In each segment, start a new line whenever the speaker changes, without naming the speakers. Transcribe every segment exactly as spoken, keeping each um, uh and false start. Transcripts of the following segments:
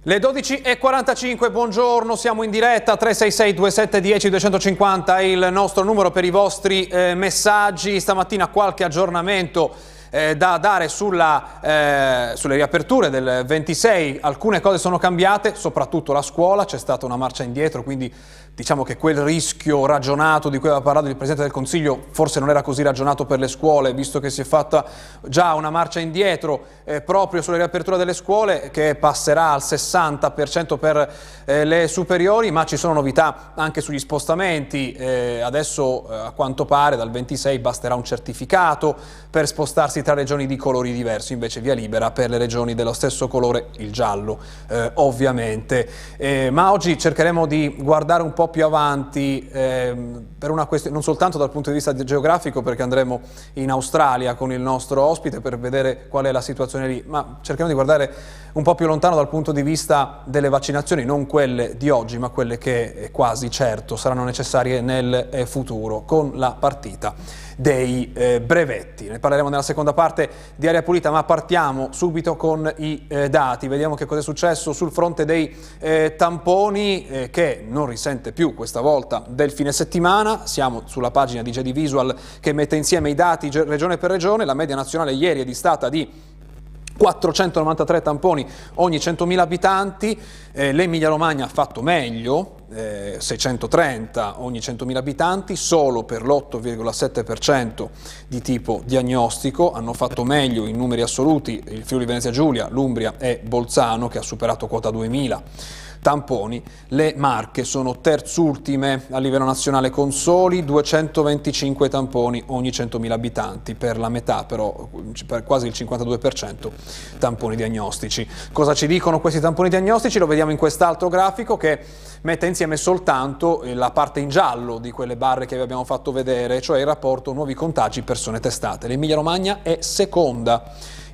Le dodici e quarantacinque, buongiorno, siamo in diretta, tre sei sei due sette uno zero due cinque zero è il nostro numero per i vostri eh, messaggi. Stamattina qualche aggiornamento eh, da dare sulla, eh, sulle riaperture del ventisei, alcune cose sono cambiate, soprattutto la scuola, c'è stata una marcia indietro, quindi diciamo che quel rischio ragionato di cui aveva parlato il Presidente del Consiglio forse non era così ragionato per le scuole, visto che si è fatta già una marcia indietro eh, proprio sulla riapertura delle scuole che passerà al sessanta per cento per eh, le superiori, ma ci sono novità anche sugli spostamenti. Eh, adesso eh, a quanto pare dal ventisei basterà un certificato per spostarsi tra regioni di colori diversi, invece via libera per le regioni dello stesso colore, il giallo eh, ovviamente. Eh, ma oggi cercheremo di guardare un po' più avanti ehm, per una questione, non soltanto dal punto di vista geografico, perché andremo in Australia con il nostro ospite per vedere qual è la situazione lì, ma cerchiamo di guardare un po' più lontano dal punto di vista delle vaccinazioni, non quelle di oggi ma quelle che eh, quasi certo saranno necessarie nel eh, futuro, con la partita dei eh, brevetti. Ne parleremo nella seconda parte di Aria Pulita, ma partiamo subito con i eh, dati. Vediamo che cosa è successo sul fronte dei eh, tamponi eh, che non risente più questa volta del fine settimana. Siamo sulla pagina di J D Visual che mette insieme i dati regione per regione. La media nazionale ieri è distata di quattrocentonovantatré tamponi ogni centomila abitanti, eh, l'Emilia Romagna ha fatto meglio, eh, seicentotrenta ogni centomila abitanti, solo per l'otto virgola sette per cento di tipo diagnostico. Hanno fatto meglio in numeri assoluti il Friuli Venezia Giulia, l'Umbria e Bolzano, che ha superato quota duemila tamponi. Le Marche sono terzultime a livello nazionale con soli duecentoventicinque tamponi ogni centomila abitanti, per la metà però, per quasi il cinquantadue per cento tamponi diagnostici. Cosa ci dicono questi tamponi diagnostici? Lo vediamo in quest'altro grafico che mette insieme soltanto la parte in giallo di quelle barre che vi abbiamo fatto vedere, cioè il rapporto nuovi contagi persone testate. L'Emilia Romagna è seconda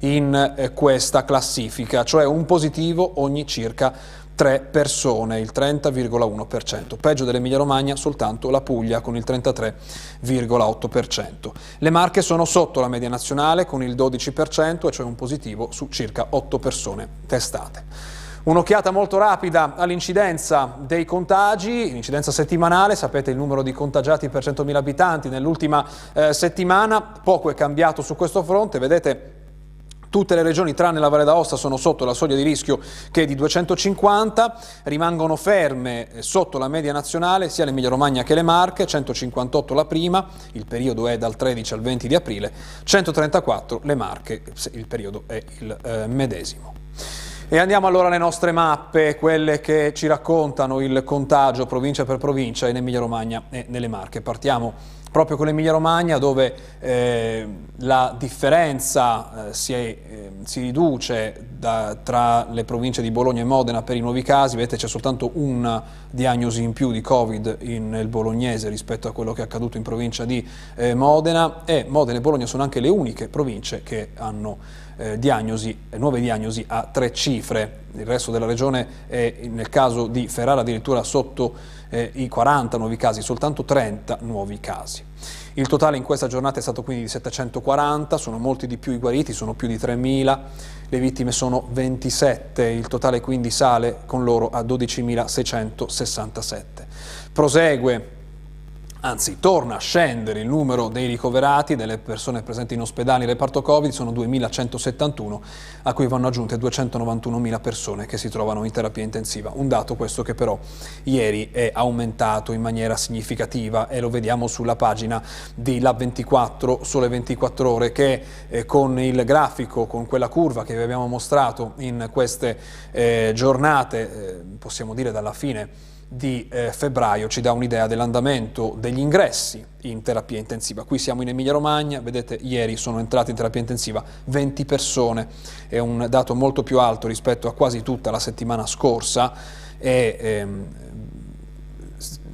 in eh, questa classifica, cioè un positivo ogni circa tre persone, il trenta virgola uno per cento. Peggio dell'Emilia Romagna soltanto la Puglia con il trentatré virgola otto per cento. Le Marche sono sotto la media nazionale con il dodici per cento, cioè un positivo su circa otto persone testate. Un'occhiata molto rapida all'incidenza dei contagi, l'incidenza settimanale, sapete il numero di contagiati per centomila abitanti nell'ultima eh, settimana, poco è cambiato su questo fronte, vedete. Tutte le regioni tranne la Valle d'Aosta sono sotto la soglia di rischio, che è di duecentocinquanta, rimangono ferme sotto la media nazionale sia l'Emilia Romagna che le Marche, centocinquantotto la prima, il periodo è dal tredici al venti di aprile, centotrentaquattro le Marche, il periodo è il eh, medesimo. E andiamo allora alle nostre mappe, quelle che ci raccontano il contagio provincia per provincia in Emilia Romagna e nelle Marche. Partiamo proprio con l'Emilia Romagna, dove eh, la differenza eh, si, è, eh, si riduce da, tra le province di Bologna e Modena per i nuovi casi. Vedete, c'è soltanto una diagnosi in più di Covid in, nel bolognese rispetto a quello che è accaduto in provincia di eh, Modena, e Modena e Bologna sono anche le uniche province che hanno eh, diagnosi, nuove diagnosi a tre cifre. Il resto della regione è, nel caso di Ferrara, addirittura sotto Eh, i quaranta nuovi casi, soltanto trenta nuovi casi. Il totale in questa giornata è stato quindi di settecentoquaranta, sono molti di più i guariti, sono più di tremila, le vittime sono ventisette, il totale quindi sale con loro a dodicimilaseicentosessantasette. Prosegue, anzi torna a scendere il numero dei ricoverati, delle persone presenti in ospedali in reparto Covid, sono duemilacentosettantuno, a cui vanno aggiunte duecentonovantunomila persone che si trovano in terapia intensiva. Un dato questo che però ieri è aumentato in maniera significativa, e lo vediamo sulla pagina di Lab ventiquattro, Sole ventiquattro Ore, che eh, con il grafico, con quella curva che vi abbiamo mostrato in queste eh, giornate, eh, possiamo dire dalla fine di eh, febbraio, ci dà un'idea dell'andamento degli ingressi in terapia intensiva. Qui siamo in Emilia Romagna, vedete ieri sono entrate in terapia intensiva venti persone, è un dato molto più alto rispetto a quasi tutta la settimana scorsa, e ehm,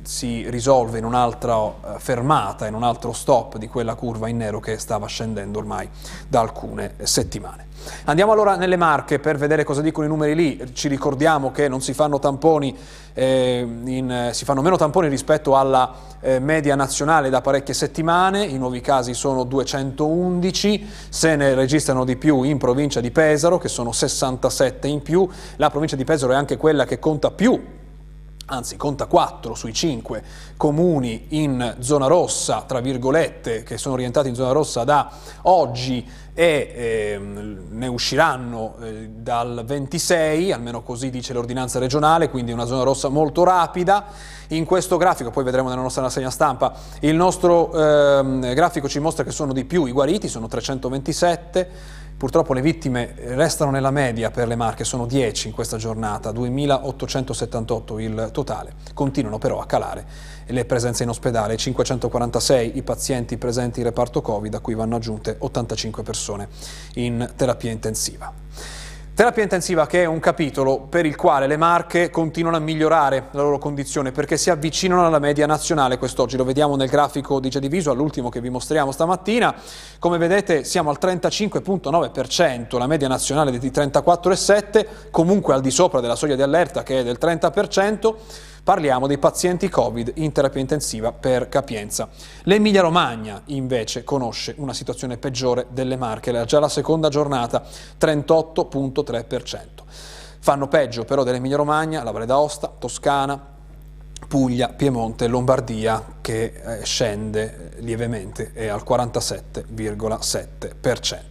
si risolve in un'altra fermata, in un altro stop di quella curva in nero che stava scendendo ormai da alcune settimane. Andiamo allora nelle Marche per vedere cosa dicono i numeri lì. Ci ricordiamo che non si fanno tamponi, eh, in, si fanno meno tamponi rispetto alla eh, media nazionale da parecchie settimane. I nuovi casi sono duecentoundici, se ne registrano di più in provincia di Pesaro, che sono sessantasette in più. La provincia di Pesaro è anche quella che conta più, anzi conta quattro sui cinque comuni in zona rossa, tra virgolette, che sono orientati in zona rossa da oggi e eh, ne usciranno eh, dal ventisei, almeno così dice l'ordinanza regionale, quindi una zona rossa molto rapida. In questo grafico, poi vedremo nella nostra rassegna stampa, il nostro eh, grafico ci mostra che sono di più i guariti, sono trecentoventisette. Purtroppo le vittime restano nella media per le Marche, sono dieci in questa giornata, duemilaottocentosettantotto il totale. Continuano però a calare le presenze in ospedale, cinquecentoquarantasei i pazienti presenti in reparto Covid, a cui vanno aggiunte ottantacinque persone in terapia intensiva. Terapia intensiva che è un capitolo per il quale le Marche continuano a migliorare la loro condizione perché si avvicinano alla media nazionale. Quest'oggi lo vediamo nel grafico di Gediviso, all'ultimo che vi mostriamo stamattina. Come vedete siamo al trentacinque virgola nove per cento, la media nazionale è di trentaquattro virgola sette per cento, comunque al di sopra della soglia di allerta che è del trenta per cento. Parliamo dei pazienti Covid in terapia intensiva per capienza. L'Emilia Romagna invece conosce una situazione peggiore delle Marche, è già la seconda giornata, trentotto virgola tre per cento. Fanno peggio però dell'Emilia Romagna la Valle d'Aosta, Toscana, Puglia, Piemonte, Lombardia, che eh, scende lievemente, è al quarantasette virgola sette per cento.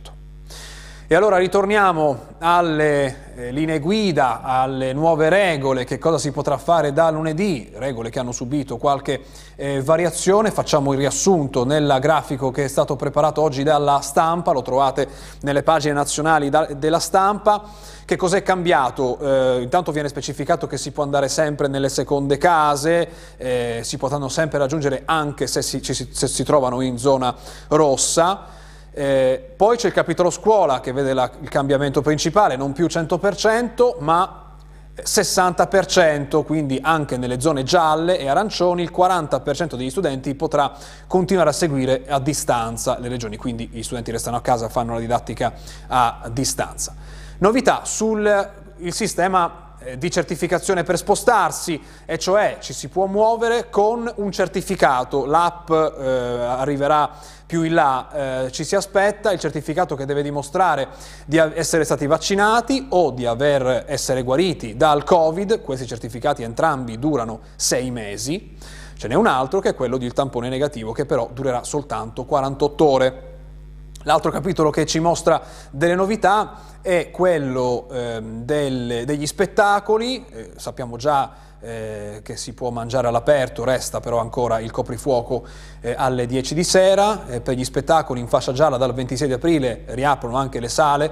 E allora ritorniamo alle eh, linee guida, alle nuove regole, che cosa si potrà fare da lunedì, regole che hanno subito qualche eh, variazione. Facciamo il riassunto nel grafico che è stato preparato oggi dalla Stampa, lo trovate nelle pagine nazionali da, della Stampa. Che cos'è cambiato? Eh, intanto viene specificato che si può andare sempre nelle seconde case, eh, si potranno sempre raggiungere anche se si, ci, se si trovano in zona rossa. Eh, poi c'è il capitolo scuola che vede la, il cambiamento principale, non più cento per cento ma sessanta per cento, quindi anche nelle zone gialle e arancioni il quaranta per cento degli studenti potrà continuare a seguire a distanza le lezioni, quindi gli studenti restano a casa, fanno la didattica a distanza. Novità sul il sistema di certificazione per spostarsi, e cioè ci si può muovere con un certificato, l'app eh, arriverà più in là, eh, ci si aspetta il certificato che deve dimostrare di essere stati vaccinati o di aver, essere guariti dal Covid. Questi certificati entrambi durano sei mesi, ce n'è un altro che è quello del tampone negativo che però durerà soltanto quarantotto ore. L'altro capitolo che ci mostra delle novità è quello eh, del, degli spettacoli. Eh, sappiamo già eh, che si può mangiare all'aperto, resta però ancora il coprifuoco eh, alle dieci di sera. Eh, per gli spettacoli in fascia gialla dal ventisei di aprile riaprono anche le sale,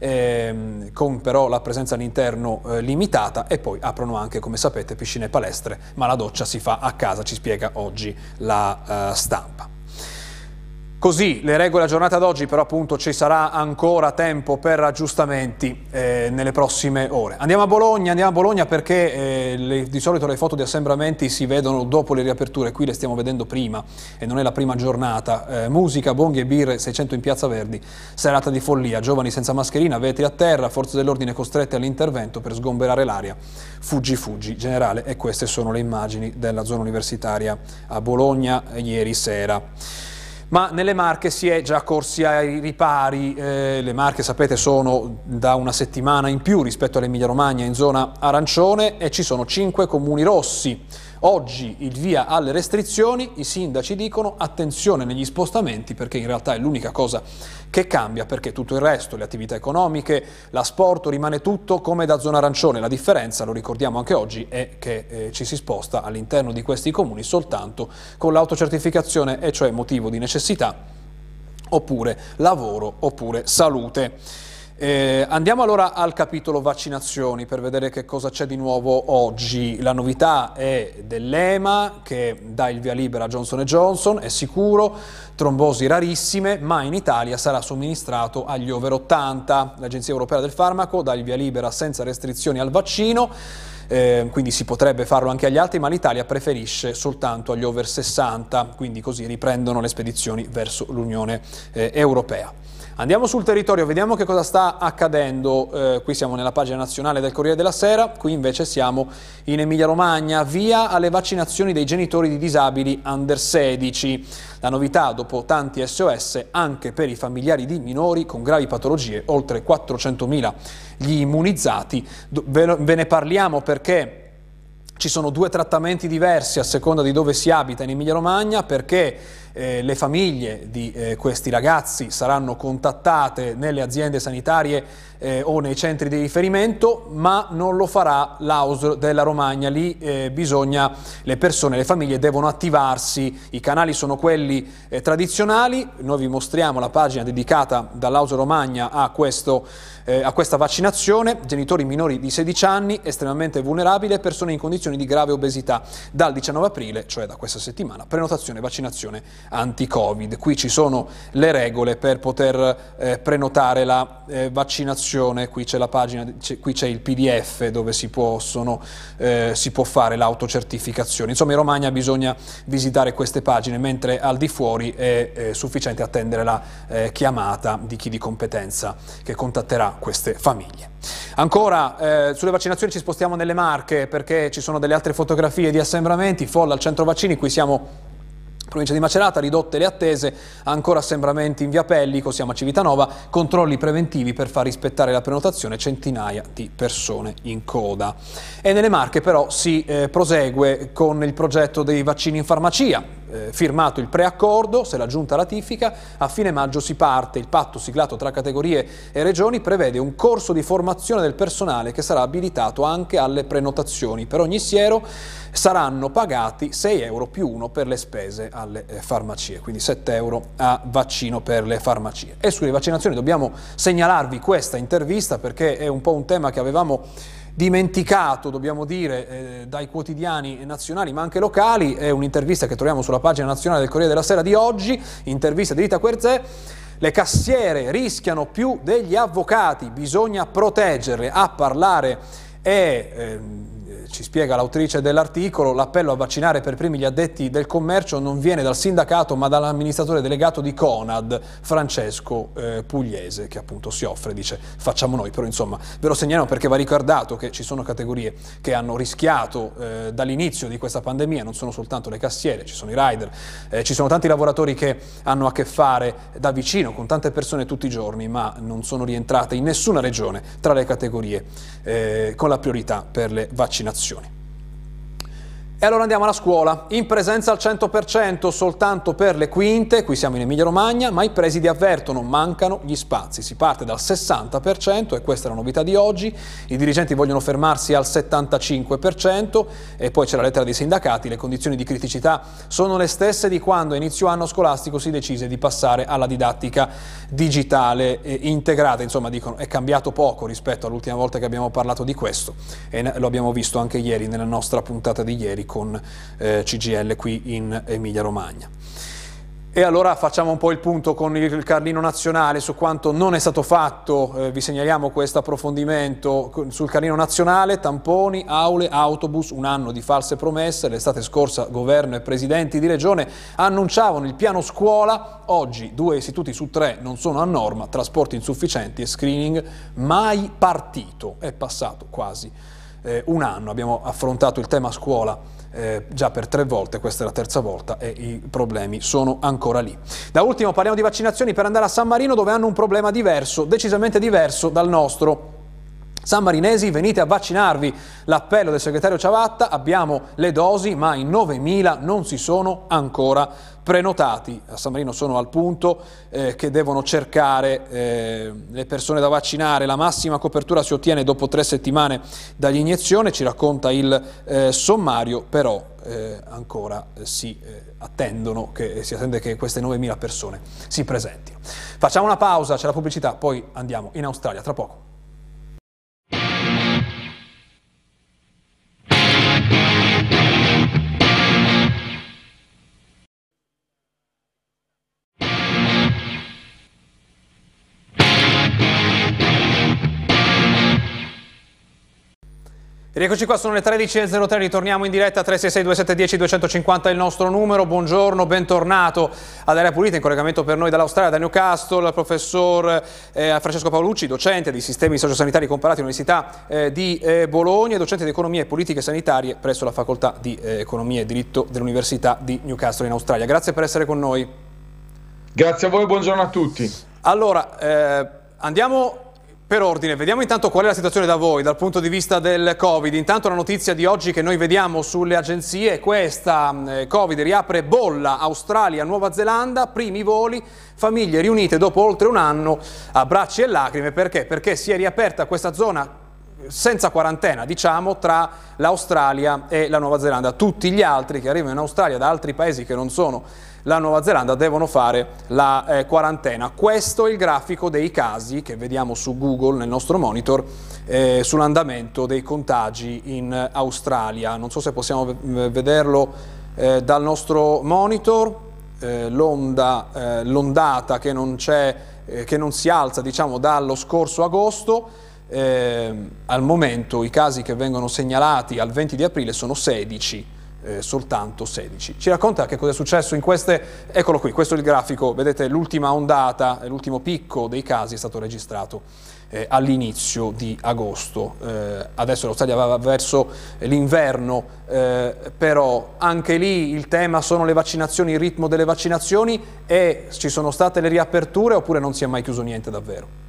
eh, con però la presenza all'interno eh, limitata, e poi aprono anche, come sapete, piscine e palestre, ma la doccia si fa a casa, ci spiega oggi la uh, Stampa. Così le regole a giornata d'oggi, però appunto ci sarà ancora tempo per aggiustamenti eh, nelle prossime ore. Andiamo a Bologna, andiamo a Bologna perché eh, le, di solito le foto di assembramenti si vedono dopo le riaperture, qui le stiamo vedendo prima e non è la prima giornata. Eh, musica, bonghi e birre, seicento in Piazza Verdi, serata di follia, giovani senza mascherina, vetri a terra, forze dell'ordine costrette all'intervento per sgomberare l'aria, fuggi fuggi generale, e queste sono le immagini della zona universitaria a Bologna ieri sera. Ma nelle Marche si è già corsi ai ripari. Eh, le Marche, sapete, sono da una settimana in più rispetto all'Emilia Romagna in zona arancione e ci sono cinque comuni rossi. Oggi il via alle restrizioni, i sindaci dicono attenzione negli spostamenti perché in realtà è l'unica cosa che cambia, perché tutto il resto, le attività economiche, l'asporto, rimane tutto come da zona arancione. La differenza, lo ricordiamo anche oggi, è che eh, ci si sposta all'interno di questi comuni soltanto con l'autocertificazione, e cioè motivo di necessità, oppure lavoro, oppure salute. Eh, andiamo allora al capitolo vaccinazioni per vedere che cosa c'è di nuovo oggi. La novità è dell'E M A che dà il via libera a Johnson and Johnson, è sicuro, trombosi rarissime, ma in Italia sarà somministrato agli over ottanta. L'Agenzia Europea del Farmaco dà il via libera senza restrizioni al vaccino, eh, quindi si potrebbe farlo anche agli altri, ma l'Italia preferisce soltanto agli over sessanta, quindi così riprendono le spedizioni verso l'Unione eh, Europea. Andiamo sul territorio, vediamo che cosa sta accadendo. Eh, qui siamo nella pagina nazionale del Corriere della Sera, qui invece siamo in Emilia-Romagna, via alle vaccinazioni dei genitori di disabili under sedici. La novità, dopo tanti S O S, anche per i familiari di minori con gravi patologie, oltre quattrocentomila gli immunizzati. Ve ne parliamo perché ci sono due trattamenti diversi a seconda di dove si abita in Emilia-Romagna, perché eh, le famiglie di eh, questi ragazzi saranno contattate nelle aziende sanitarie eh, o nei centri di riferimento, ma non lo farà l'A U S R della Romagna. Lì eh, bisogna, le persone, le famiglie devono attivarsi, i canali sono quelli eh, tradizionali. Noi vi mostriamo la pagina dedicata dall'A U S R Romagna a questo Eh, a questa vaccinazione: genitori minori di sedici anni, estremamente vulnerabili e persone in condizioni di grave obesità. Dal diciannove aprile, cioè da questa settimana, prenotazione e vaccinazione anti-Covid. Qui ci sono le regole per poter eh, prenotare la eh, vaccinazione. Qui c'è la pagina, qui c'è il P D F dove si possono, eh, si può fare l'autocertificazione. Insomma, in Romagna bisogna visitare queste pagine, mentre al di fuori è, è sufficiente attendere la eh, chiamata di chi di competenza che contatterà queste famiglie. Ancora eh, sulle vaccinazioni ci spostiamo nelle Marche, perché ci sono delle altre fotografie di assembramenti. Folla al centro vaccini, qui siamo provincia di Macerata, ridotte le attese, ancora assembramenti in via Pellico, siamo a Civitanova, controlli preventivi per far rispettare la prenotazione, centinaia di persone in coda. E nelle Marche però si eh, prosegue con il progetto dei vaccini in farmacia. Eh, firmato il preaccordo, se la Giunta ratifica, a fine maggio si parte. Il patto siglato tra categorie e regioni prevede un corso di formazione del personale che sarà abilitato anche alle prenotazioni. Per ogni siero saranno pagati sei euro più uno per le spese alle eh, farmacie, quindi sette euro a vaccino per le farmacie. E sulle vaccinazioni dobbiamo segnalarvi questa intervista, perché è un po' un tema che avevamo dimenticato, dobbiamo dire, eh, dai quotidiani nazionali ma anche locali. È un'intervista che troviamo sulla pagina nazionale del Corriere della Sera di oggi, intervista di Rita Querzè. Le cassiere rischiano più degli avvocati, bisogna proteggerle. A parlare è, eh, ci spiega l'autrice dell'articolo, l'appello a vaccinare per primi gli addetti del commercio non viene dal sindacato ma dall'amministratore delegato di Conad, Francesco eh, Pugliese, che appunto si offre, dice facciamo noi. Però insomma ve lo segnaliamo perché va ricordato che ci sono categorie che hanno rischiato eh, dall'inizio di questa pandemia, non sono soltanto le cassiere, ci sono i rider, eh, ci sono tanti lavoratori che hanno a che fare da vicino con tante persone tutti i giorni, ma non sono rientrate in nessuna regione tra le categorie eh, con la priorità per le vaccinazioni. E allora andiamo alla scuola, in presenza al cento per cento soltanto per le quinte, qui siamo in Emilia Romagna, ma i presidi avvertono, mancano gli spazi. Si parte dal sessanta per cento e questa è la novità di oggi, i dirigenti vogliono fermarsi al settantacinque per cento e poi c'è la lettera dei sindacati. Le condizioni di criticità sono le stesse di quando a inizio anno scolastico si decise di passare alla didattica digitale eh, integrata. Insomma, dicono è cambiato poco rispetto all'ultima volta che abbiamo parlato di questo e lo abbiamo visto anche ieri nella nostra puntata di ieri con eh, C G I L qui in Emilia Romagna. E allora facciamo un po' il punto con il Carlino Nazionale su quanto non è stato fatto. Eh, vi segnaliamo questo approfondimento sul Carlino Nazionale: tamponi, aule, autobus, un anno di false promesse. L'estate scorsa governo e presidenti di regione annunciavano il piano scuola, oggi due istituti su tre non sono a norma, trasporti insufficienti e screening mai partito. È passato quasi eh, un anno, abbiamo affrontato il tema scuola Eh, già per tre volte, questa è la terza volta e i problemi sono ancora lì. Da ultimo parliamo di vaccinazioni per andare a San Marino, dove hanno un problema diverso, decisamente diverso dal nostro. Sammarinesi, venite a vaccinarvi. L'appello del segretario Ciavatta: abbiamo le dosi, ma in novemila non si sono ancora prenotati. A San Marino sono al punto eh, che devono cercare eh, le persone da vaccinare. La massima copertura si ottiene dopo tre settimane dall'iniezione, ci racconta il eh, sommario, però eh, ancora eh, si eh, attendono che si attende che queste novemila persone si presentino. Facciamo una pausa, c'è la pubblicità, poi andiamo in Australia tra poco. Rieccoci qua, sono le tredici e zero tre, ritorniamo in diretta. Tre sei sei due sette uno zero due cinque zero è il nostro numero. Buongiorno, bentornato ad Aria Pulita, in collegamento per noi dall'Australia, da Newcastle, il professor eh, Francesco Paolucci, docente di sistemi sociosanitari comparati all'Università eh, di eh, Bologna, docente di economia e politiche sanitarie presso la facoltà di eh, economia e diritto dell'Università di Newcastle in Australia. Grazie per essere con noi.
Grazie a voi, buongiorno a tutti.
Allora, eh, andiamo per ordine, vediamo intanto qual è la situazione da voi dal punto di vista del Covid. Intanto la notizia di oggi che noi vediamo sulle agenzie è questa: eh, Covid riapre bolla, Australia, Nuova Zelanda, primi voli, famiglie riunite dopo oltre un anno, a bracci e lacrime. Perché? Perché si è riaperta questa zona senza quarantena, diciamo, tra l'Australia e la Nuova Zelanda. Tutti gli altri che arrivano in Australia da altri paesi che non sono la Nuova Zelanda devono fare la eh, quarantena. Questo è il grafico dei casi che vediamo su Google nel nostro monitor eh, sull'andamento dei contagi in Australia. Non so se possiamo vederlo eh, dal nostro monitor, eh, l'onda, eh, l'ondata che non c'è, eh, che non si alza, diciamo, dallo scorso agosto. Eh, al momento i casi che vengono segnalati al venti di aprile sono sedici. Eh, soltanto sedici. Ci racconta che cosa è successo in queste, eccolo qui, questo è il grafico, vedete l'ultima ondata, l'ultimo picco dei casi è stato registrato eh, all'inizio di agosto. Eh, adesso l'Australia va verso l'inverno, eh, però anche lì il tema sono le vaccinazioni, il ritmo delle vaccinazioni, e ci sono state le riaperture oppure non si è mai chiuso niente davvero?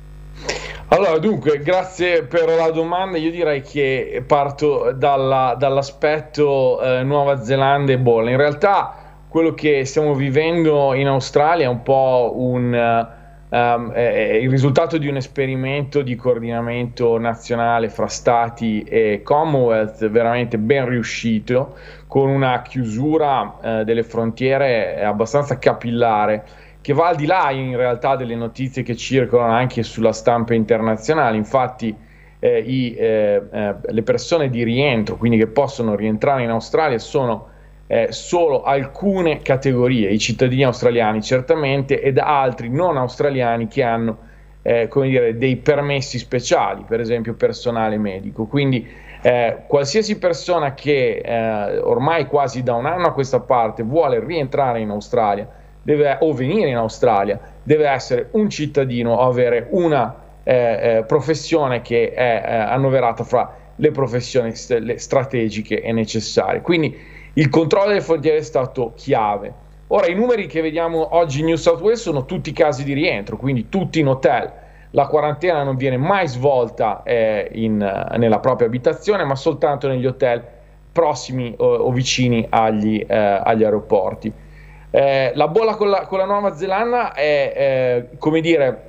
Allora, dunque, grazie per la domanda. Io direi che parto dalla, dall'aspetto eh, Nuova Zelanda e bolla. In realtà quello che stiamo vivendo in Australia è un po' un, um, è il risultato di un esperimento di coordinamento nazionale fra Stati e Commonwealth veramente ben riuscito, con una chiusura eh, delle frontiere abbastanza capillare, che va al di là in realtà delle notizie che circolano anche sulla stampa internazionale. Infatti eh, i, eh, eh, le persone di rientro, quindi che possono rientrare in Australia, sono eh, solo alcune categorie: i cittadini australiani certamente, ed altri non australiani che hanno eh, come dire, dei permessi speciali, per esempio personale medico. Quindi eh, qualsiasi persona che eh, ormai quasi da un anno a questa parte vuole rientrare in Australia, deve, o venire in Australia, deve essere un cittadino o avere una eh, eh, professione che è eh, annoverata fra le professioni st- le strategiche e necessarie. Quindi il controllo delle frontiere è stato chiave. Ora, i numeri che vediamo oggi in New South Wales sono tutti casi di rientro, quindi tutti in hotel. La quarantena non viene mai svolta eh, in, nella propria abitazione, ma soltanto negli hotel prossimi o, o vicini agli, eh, agli aeroporti. Eh, la bolla con la, con la Nuova Zelanda è, eh, come dire,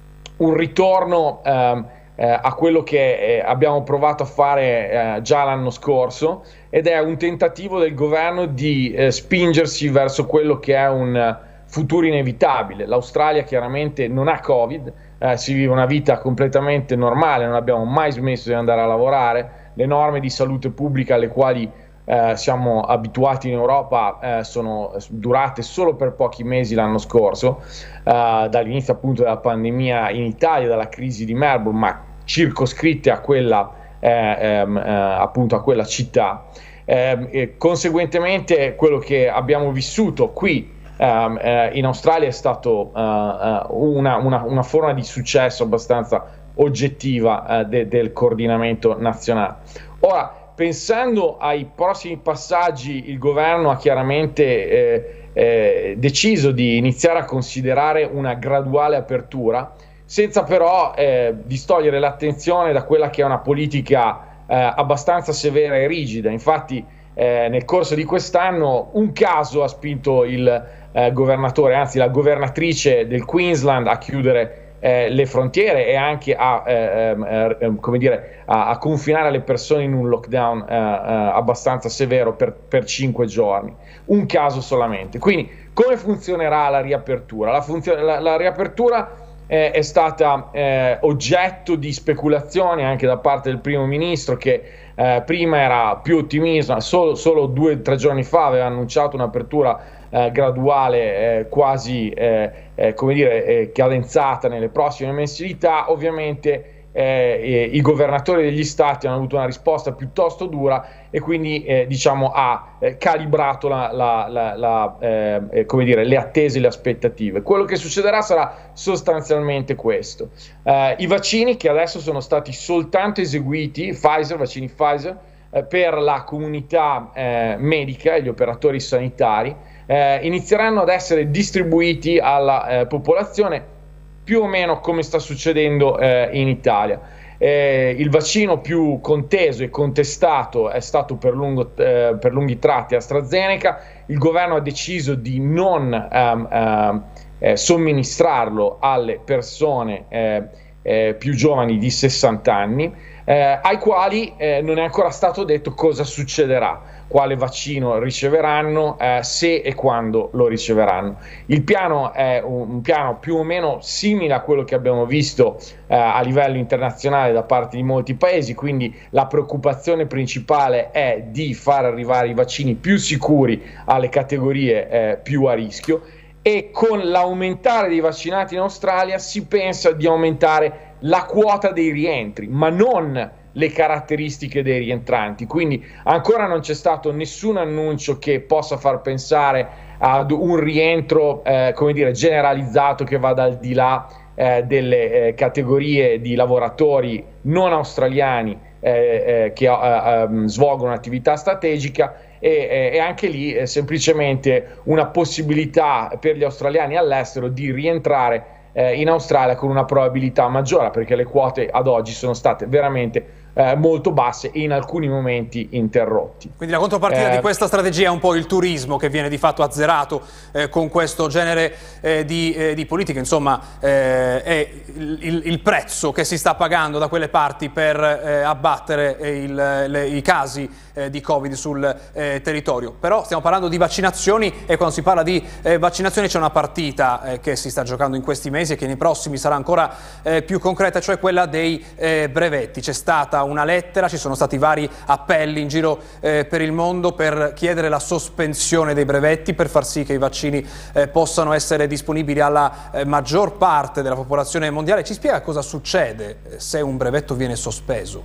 un ritorno eh, eh, a quello che eh, abbiamo provato a fare eh, già l'anno scorso, ed è un tentativo del governo di eh, spingersi verso quello che è un uh, futuro inevitabile. L'Australia chiaramente non ha Covid, eh, si vive una vita completamente normale, non abbiamo mai smesso di andare a lavorare, le norme di salute pubblica alle quali Eh, siamo abituati in Europa eh, sono durate solo per pochi mesi l'anno scorso, eh, dall'inizio appunto della pandemia in Italia, dalla crisi di Melbourne, ma circoscritte a quella, eh, ehm, eh, appunto a quella città. Eh, e conseguentemente quello che abbiamo vissuto qui ehm, eh, in Australia è stato eh, una, una, una forma di successo abbastanza oggettiva eh, de, del coordinamento nazionale. Ora, pensando ai prossimi passaggi, il governo ha chiaramente eh, eh, deciso di iniziare a considerare una graduale apertura, senza però eh, distogliere l'attenzione da quella che è una politica eh, abbastanza severa e rigida. Infatti eh, nel corso di quest'anno un caso ha spinto il eh, governatore, anzi la governatrice del Queensland, a chiudere Eh, le frontiere e anche a, eh, eh, come dire, a, a confinare le persone in un lockdown eh, eh, abbastanza severo per, per cinque giorni. Un caso solamente. Quindi come funzionerà la riapertura? La, la, la riapertura eh, è stata eh, oggetto di speculazioni anche da parte del primo ministro, che eh, prima era più ottimista, solo, solo due o tre giorni fa aveva annunciato un'apertura Eh, graduale, eh, quasi eh, eh, come dire, eh, cadenzata nelle prossime mensilità. Ovviamente eh, eh, i governatori degli stati hanno avuto una risposta piuttosto dura e quindi eh, diciamo ha eh, calibrato la, la, la, la, eh, come dire, le attese e le aspettative. Quello che succederà sarà sostanzialmente questo: eh, i vaccini che adesso sono stati soltanto eseguiti, Pfizer, vaccini Pfizer, eh, per la comunità eh, medica e gli operatori sanitari, Eh, inizieranno ad essere distribuiti alla eh, popolazione più o meno come sta succedendo eh, in Italia. Eh, il vaccino più conteso e contestato è stato per, lungo, eh, per lunghi tratti AstraZeneca. Il governo ha deciso di non ehm, ehm, eh, somministrarlo alle persone eh, eh, più giovani di sessanta anni, eh, ai quali eh, non è ancora stato detto cosa succederà, quale vaccino riceveranno, eh, se e quando lo riceveranno. Il piano è un, un piano più o meno simile a quello che abbiamo visto eh, a livello internazionale da parte di molti paesi, quindi la preoccupazione principale è di far arrivare i vaccini più sicuri alle categorie eh, più a rischio, e con l'aumentare dei vaccinati in Australia si pensa di aumentare la quota dei rientri, ma non le caratteristiche dei rientranti. Quindi ancora non c'è stato nessun annuncio che possa far pensare ad un rientro eh, come dire, generalizzato, che vada al di là eh, delle eh, categorie di lavoratori non australiani eh, eh, che eh, eh, svolgono un'attività strategica, e, e anche lì è semplicemente una possibilità per gli australiani all'estero di rientrare eh, in Australia con una probabilità maggiore, perché le quote ad oggi sono state veramente Eh, molto basse e in alcuni momenti interrotti.
Quindi la contropartita eh, di questa strategia è un po' il turismo, che viene di fatto azzerato eh, con questo genere eh, di, eh, di politiche. Insomma, eh, è il, il prezzo che si sta pagando da quelle parti per eh, abbattere il, le, i casi eh, di Covid sul eh, territorio. Però stiamo parlando di vaccinazioni, e quando si parla di eh, vaccinazioni c'è una partita eh, che si sta giocando in questi mesi e che nei prossimi sarà ancora eh, più concreta, cioè quella dei eh, brevetti. C'è stata una lettera, ci sono stati vari appelli in giro eh, per il mondo per chiedere la sospensione dei brevetti, per far sì che i vaccini eh, possano essere disponibili alla eh, maggior parte della popolazione mondiale. Ci spiega cosa succede se un brevetto viene sospeso?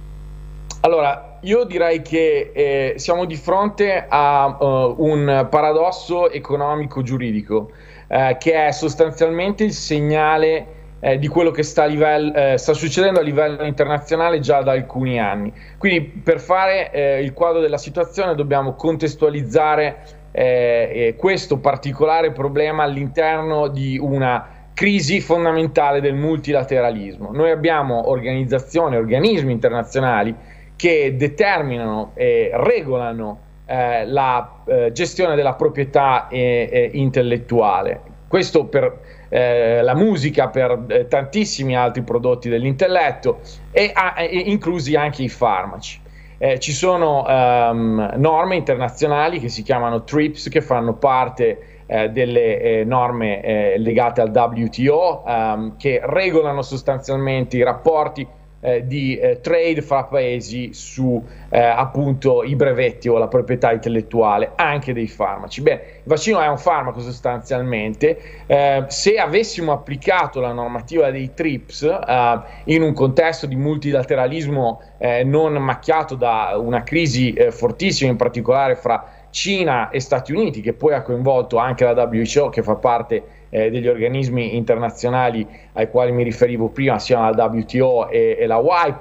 Allora, io direi che eh, siamo di fronte a uh, un paradosso economico-giuridico eh, che è sostanzialmente il segnale Eh, di quello che sta, a livello, eh, sta succedendo a livello internazionale già da alcuni anni. Quindi per fare eh, il quadro della situazione dobbiamo contestualizzare eh, eh, questo particolare problema all'interno di una crisi fondamentale del multilateralismo. Noi abbiamo organizzazioni, organismi internazionali che determinano e regolano eh, la eh, gestione della proprietà eh, eh, intellettuale. Questo per Eh, la musica, per eh, tantissimi altri prodotti dell'intelletto, e, a, e inclusi anche i farmaci. Eh, ci sono um, norme internazionali che si chiamano TRIPS, che fanno parte eh, delle eh, norme eh, legate al W T O, um, che regolano sostanzialmente i rapporti Eh, di eh, trade fra paesi su eh, appunto i brevetti o la proprietà intellettuale anche dei farmaci. Bene, il vaccino è un farmaco sostanzialmente. Eh, se avessimo applicato la normativa dei TRIPS eh, in un contesto di multilateralismo eh, non macchiato da una crisi eh, fortissima, in particolare fra Cina e Stati Uniti, che poi ha coinvolto anche la W H O, che fa parte eh, degli organismi internazionali ai quali mi riferivo prima, sia la W T O e, e la WIPO,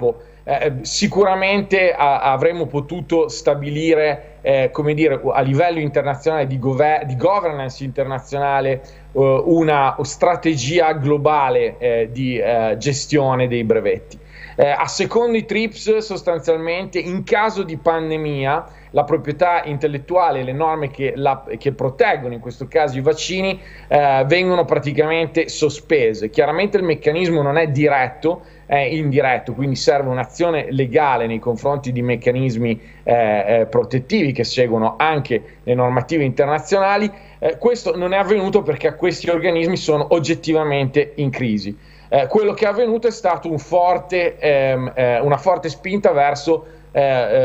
eh, sicuramente a, avremmo potuto stabilire, eh, come dire, a livello internazionale di, gover di governance internazionale, uh, una strategia globale eh, di eh, gestione dei brevetti. Eh, a secondo i TRIPS, sostanzialmente, in caso di pandemia, la proprietà intellettuale, le norme che, la, che proteggono in questo caso i vaccini, eh, vengono praticamente sospese. Chiaramente il meccanismo non è diretto, è indiretto, quindi serve un'azione legale nei confronti di meccanismi eh, eh, protettivi che seguono anche le normative internazionali. Eh, questo non è avvenuto perché questi organismi sono oggettivamente in crisi. Eh, quello che è avvenuto è stato un forte, ehm, eh, una forte spinta verso eh,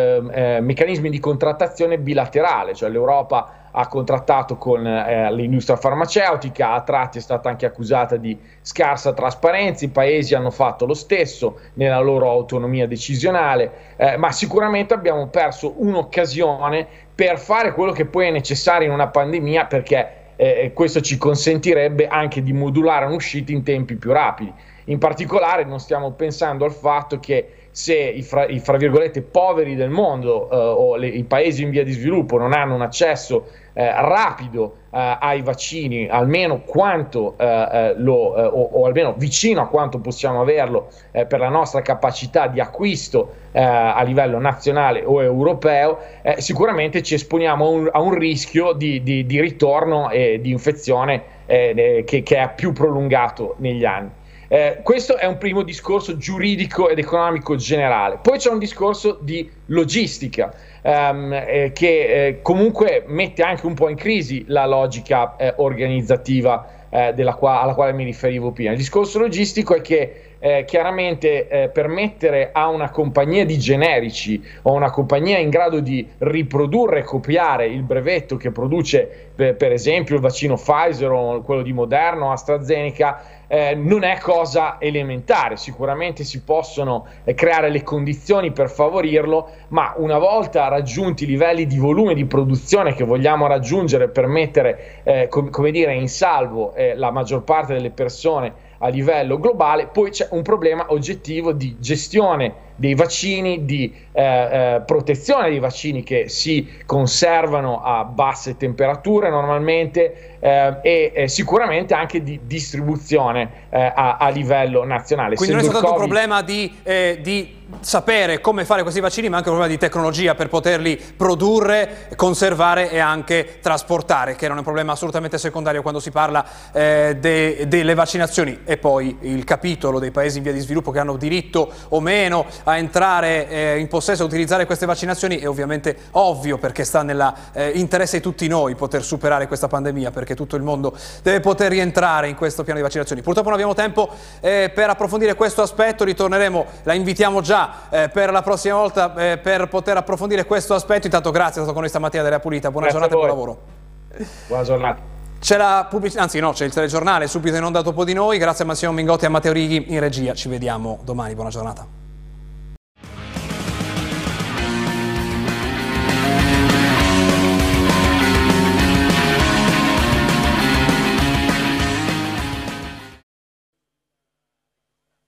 eh, meccanismi di contrattazione bilaterale, cioè l'Europa ha contrattato con eh, l'industria farmaceutica, a tratti è stata anche accusata di scarsa trasparenza, i paesi hanno fatto lo stesso nella loro autonomia decisionale, eh, ma sicuramente abbiamo perso un'occasione per fare quello che poi è necessario in una pandemia, perché Eh, questo ci consentirebbe anche di modulare un'uscita in tempi più rapidi. In particolare non stiamo pensando al fatto che se i fra, i fra virgolette poveri del mondo eh, o le, i paesi in via di sviluppo non hanno un accesso eh, rapido eh, ai vaccini, almeno quanto eh, eh, lo, eh, o, o almeno vicino a quanto possiamo averlo eh, per la nostra capacità di acquisto eh, a livello nazionale o europeo, eh, sicuramente ci esponiamo a un, a un rischio di, di, di ritorno e di infezione eh, che, che è più prolungato negli anni. Eh, questo è un primo discorso giuridico ed economico generale. Poi c'è un discorso di logistica ehm, eh, che eh, comunque mette anche un po' in crisi la logica eh, organizzativa eh, della qua alla quale mi riferivo prima. Il discorso logistico è che eh, chiaramente eh, permettere a una compagnia di generici o una compagnia in grado di riprodurre e copiare il brevetto che produce per, per esempio il vaccino Pfizer o quello di Moderna o AstraZeneca Eh, non è cosa elementare. Sicuramente si possono eh, creare le condizioni per favorirlo, ma una volta raggiunti i livelli di volume di produzione che vogliamo raggiungere per mettere eh, com come dire, in salvo eh, la maggior parte delle persone a livello globale, poi c'è un problema oggettivo di gestione dei vaccini, di eh, eh, protezione dei vaccini che si conservano a basse temperature normalmente eh, e eh, sicuramente anche di distribuzione eh, a, a livello nazionale.
Quindi non è soltanto un problema di, eh, di sapere come fare questi vaccini, ma anche un problema di tecnologia per poterli produrre, conservare e anche trasportare, che non è un problema assolutamente secondario quando si parla eh, de, delle vaccinazioni. E poi il capitolo dei paesi in via di sviluppo che hanno diritto o meno a entrare eh, in possesso e utilizzare queste vaccinazioni è ovviamente ovvio, perché sta nell'interesse eh, di tutti noi poter superare questa pandemia, perché tutto il mondo deve poter rientrare in questo piano di vaccinazioni. Purtroppo non abbiamo tempo eh, per approfondire questo aspetto, ritorneremo, la invitiamo già eh, per la prossima volta eh, per poter approfondire questo aspetto. Intanto grazie, è stato con noi stamattina dell'Aria Pulita, buona
Grazie
giornata e buon lavoro.
Buona giornata.
C'è la pubblicità, anzi no, c'è il telegiornale subito in onda dopo di noi. Grazie a Massimo Mingotti e a Matteo Righi in regia. Ci vediamo domani, buona giornata.